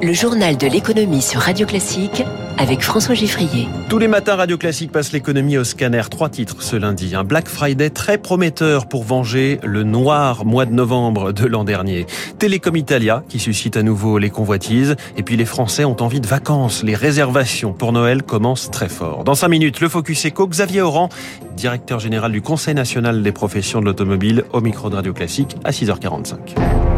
Le journal de l'économie sur Radio Classique avec François Giffrier. Tous les matins, Radio Classique passe l'économie au scanner. 3 titres ce lundi. Un Black Friday très prometteur pour venger le noir mois de novembre de l'an dernier. Telecom Italia qui suscite à nouveau les convoitises. Et puis les Français ont envie de vacances. Les réservations pour Noël commencent très fort. Dans 5 minutes, le Focus Éco, Xavier Oran, directeur général du Conseil national des professions de l'automobile, au micro de Radio Classique à 6h45.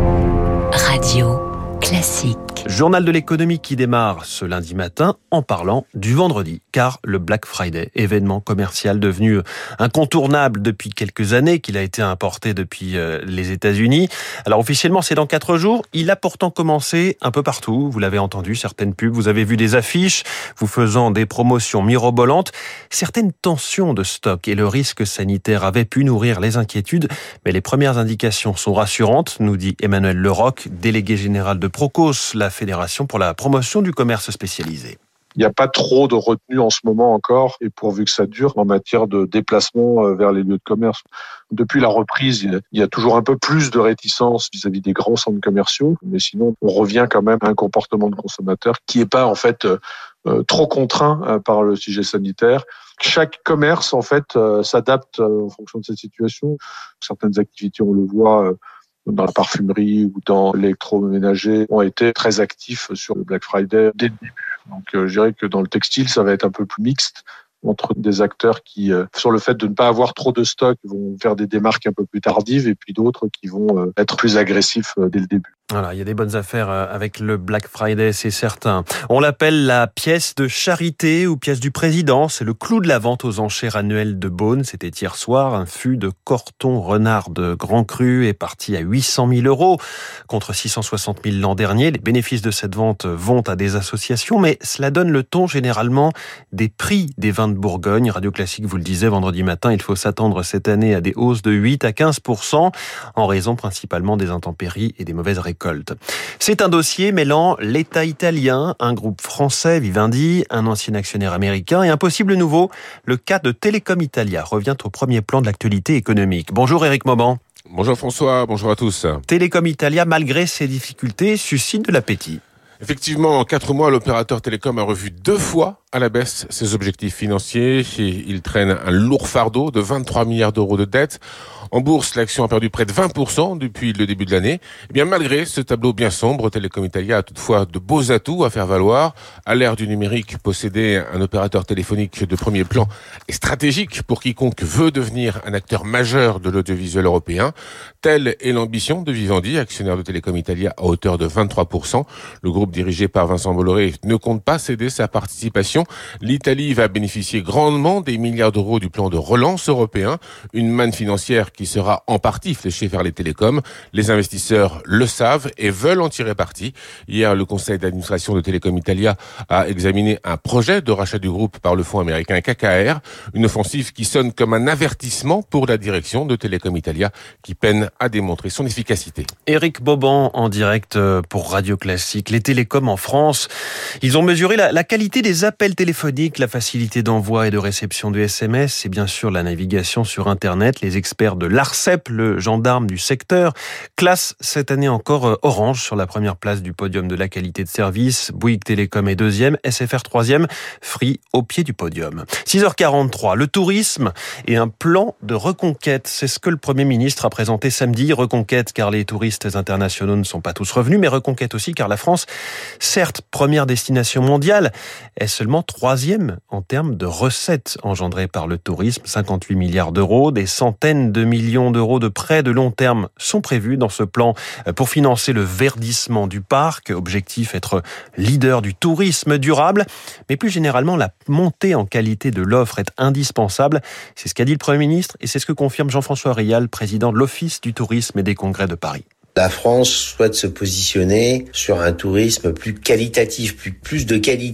Radio Classique. Journal de l'économie qui démarre ce lundi matin en parlant du vendredi, car le Black Friday, événement commercial devenu incontournable depuis quelques années, qu'il a été importé depuis les États-Unis. Alors officiellement, c'est dans 4 jours. Il a pourtant commencé un peu partout. Vous l'avez entendu, certaines pubs, vous avez vu des affiches, vous faisant des promotions mirobolantes. Certaines tensions de stock et le risque sanitaire avaient pu nourrir les inquiétudes, mais les premières indications sont rassurantes, nous dit Emmanuel Leroc, délégué général de Procos, la Fédération pour la promotion du commerce spécialisé. Il n'y a pas trop de retenue en ce moment encore, et pourvu que ça dure, en matière de déplacement vers les lieux de commerce. Depuis la reprise, il y a toujours un peu plus de réticence vis-à-vis des grands centres commerciaux, mais sinon, on revient quand même à un comportement de consommateur qui n'est pas en fait trop contraint par le sujet sanitaire. Chaque commerce, en fait, s'adapte en fonction de cette situation. Certaines activités, on le voit, dans la parfumerie ou dans l'électroménager, ont été très actifs sur le Black Friday dès le début. Donc je dirais que dans le textile, ça va être un peu plus mixte entre des acteurs qui, sur le fait de ne pas avoir trop de stock, vont faire des démarques un peu plus tardives, et puis d'autres qui vont être plus agressifs dès le début. Voilà, il y a des bonnes affaires avec le Black Friday, c'est certain. On l'appelle la pièce de charité ou pièce du président. C'est le clou de la vente aux enchères annuelles de Beaune. C'était hier soir. Un fût de Corton Renard de Grand Cru est parti à 800 000 euros contre 660 000 l'an dernier. Les bénéfices de cette vente vont à des associations, mais cela donne le ton généralement des prix des vins de Bourgogne. Radio Classique vous le disait vendredi matin, il faut s'attendre cette année à des hausses de 8 à 15% en raison principalement des intempéries et des mauvaises récoltes. C'est un dossier mêlant l'État italien, un groupe français, Vivendi, un ancien actionnaire américain et un possible nouveau. Le cas de Telecom Italia revient au premier plan de l'actualité économique. Bonjour Éric Mauban. Bonjour François, bonjour à tous. Telecom Italia, malgré ses difficultés, suscite de l'appétit. Effectivement, en 4 mois, l'opérateur télécom a revu 2 fois à la baisse ses objectifs financiers. Il traîne un lourd fardeau de 23 milliards d'euros de dettes. En bourse, l'action a perdu près de 20% depuis le début de l'année. Et bien, malgré ce tableau bien sombre, Telecom Italia a toutefois de beaux atouts à faire valoir. À l'ère du numérique, posséder un opérateur téléphonique de premier plan est stratégique pour quiconque veut devenir un acteur majeur de l'audiovisuel européen. Telle est l'ambition de Vivendi, actionnaire de Telecom Italia à hauteur de 23%. Le groupe dirigé par Vincent Bolloré ne compte pas céder sa participation. L'Italie va bénéficier grandement des milliards d'euros du plan de relance européen, une manne financière qui sera en partie fléchée vers les télécoms. Les investisseurs le savent et veulent en tirer parti. Hier, le conseil d'administration de Telecom Italia a examiné un projet de rachat du groupe par le fonds américain KKR, une offensive qui sonne comme un avertissement pour la direction de Telecom Italia qui peine à démontrer son efficacité. Éric Mauban en direct pour Radio Classique. Les télécoms en France, ils ont mesuré la qualité des appels téléphoniques, la facilité d'envoi et de réception de SMS et bien sûr la navigation sur Internet. Les experts de l'ARCEP, le gendarme du secteur, classent cette année encore Orange sur la première place du podium de la qualité de service. Bouygues Télécom est 2e, SFR 3e, Free au pied du podium. 6h43, le tourisme et un plan de reconquête. C'est ce que le Premier ministre a présenté samedi. Reconquête car les touristes internationaux ne sont pas tous revenus, mais reconquête aussi car la France, certes première destination mondiale, est seulement 3e en termes de recettes engendrées par le tourisme. 58 milliards d'euros, des centaines de millions d'euros de prêts de long terme sont prévus dans ce plan pour financer le verdissement du parc. Objectif, être leader du tourisme durable. Mais plus généralement, la montée en qualité de l'offre est indispensable. C'est ce qu'a dit le Premier ministre et c'est ce que confirme Jean-François Rial, président de l'Office du tourisme et des congrès de Paris. La France souhaite se positionner sur un tourisme plus qualitatif, plus de qualité.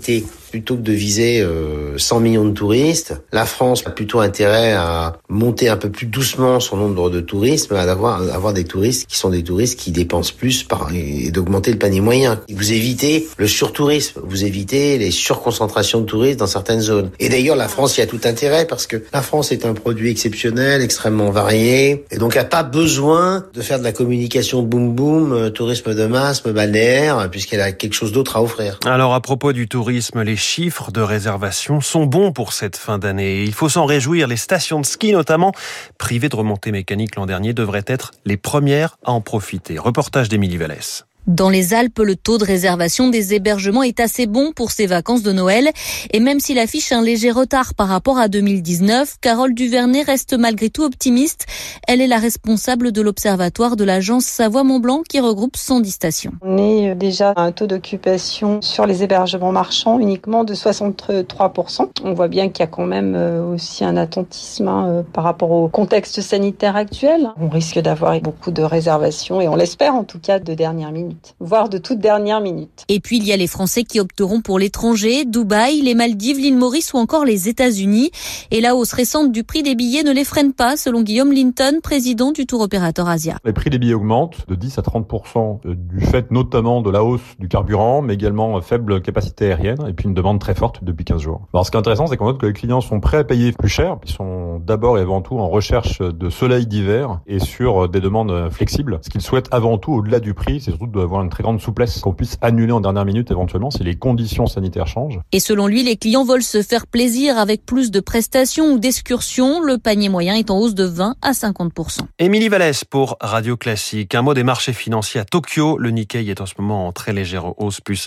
Plutôt que de viser 100 millions de touristes, la France a plutôt intérêt à monter un peu plus doucement son nombre de touristes, à avoir des touristes qui sont des touristes qui dépensent plus et d'augmenter le panier moyen. Vous évitez le surtourisme, vous évitez les surconcentrations de touristes dans certaines zones. Et d'ailleurs, la France y a tout intérêt parce que la France est un produit exceptionnel, extrêmement varié, et donc a pas besoin de faire de la communication boum boum, tourisme de masse, balnéaire, puisqu'elle a quelque chose d'autre à offrir. Alors à propos du tourisme, les chiffres de réservation sont bons pour cette fin d'année. Il faut s'en réjouir. Les stations de ski notamment, privées de remontées mécaniques l'an dernier, devraient être les premières à en profiter. Reportage d'Émilie Vallès. Dans les Alpes, le taux de réservation des hébergements est assez bon pour ces vacances de Noël. Et même s'il affiche un léger retard par rapport à 2019, Carole Duvernay reste malgré tout optimiste. Elle est la responsable de l'observatoire de l'agence Savoie-Mont-Blanc qui regroupe 110 stations. On est déjà à un taux d'occupation sur les hébergements marchands uniquement de 63%. On voit bien qu'il y a quand même aussi un attentisme par rapport au contexte sanitaire actuel. On risque d'avoir beaucoup de réservations et on l'espère en tout cas de dernière minute, voire de toute dernière minute. Et puis il y a les Français qui opteront pour l'étranger, Dubaï, les Maldives, l'île Maurice ou encore les États-Unis. Et la hausse récente du prix des billets ne les freine pas, selon Guillaume Linton, président du tour opérateur Asia. Les prix des billets augmentent de 10 à 30% du fait notamment de la hausse du carburant, mais également faible capacité aérienne et puis une demande très forte depuis 15 jours. Alors ce qui est intéressant, c'est qu'on note que les clients sont prêts à payer plus cher. Ils sont d'abord et avant tout en recherche de soleil d'hiver et sur des demandes flexibles. Ce qu'ils souhaitent avant tout, au-delà du prix, c'est surtout d'avoir une très grande souplesse, qu'on puisse annuler en dernière minute éventuellement si les conditions sanitaires changent. Et selon lui, les clients veulent se faire plaisir avec plus de prestations ou d'excursions. Le panier moyen est en hausse de 20 à 50%. Émilie Vallès pour Radio Classique. Un mot des marchés financiers à Tokyo. Le Nikkei est en ce moment en très légère hausse, plus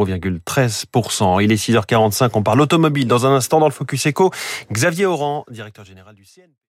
0,13%. Il est 6h45, on parle automobile. Dans un instant, dans le Focus Eco, Xavier Oran, directeur général du CNP.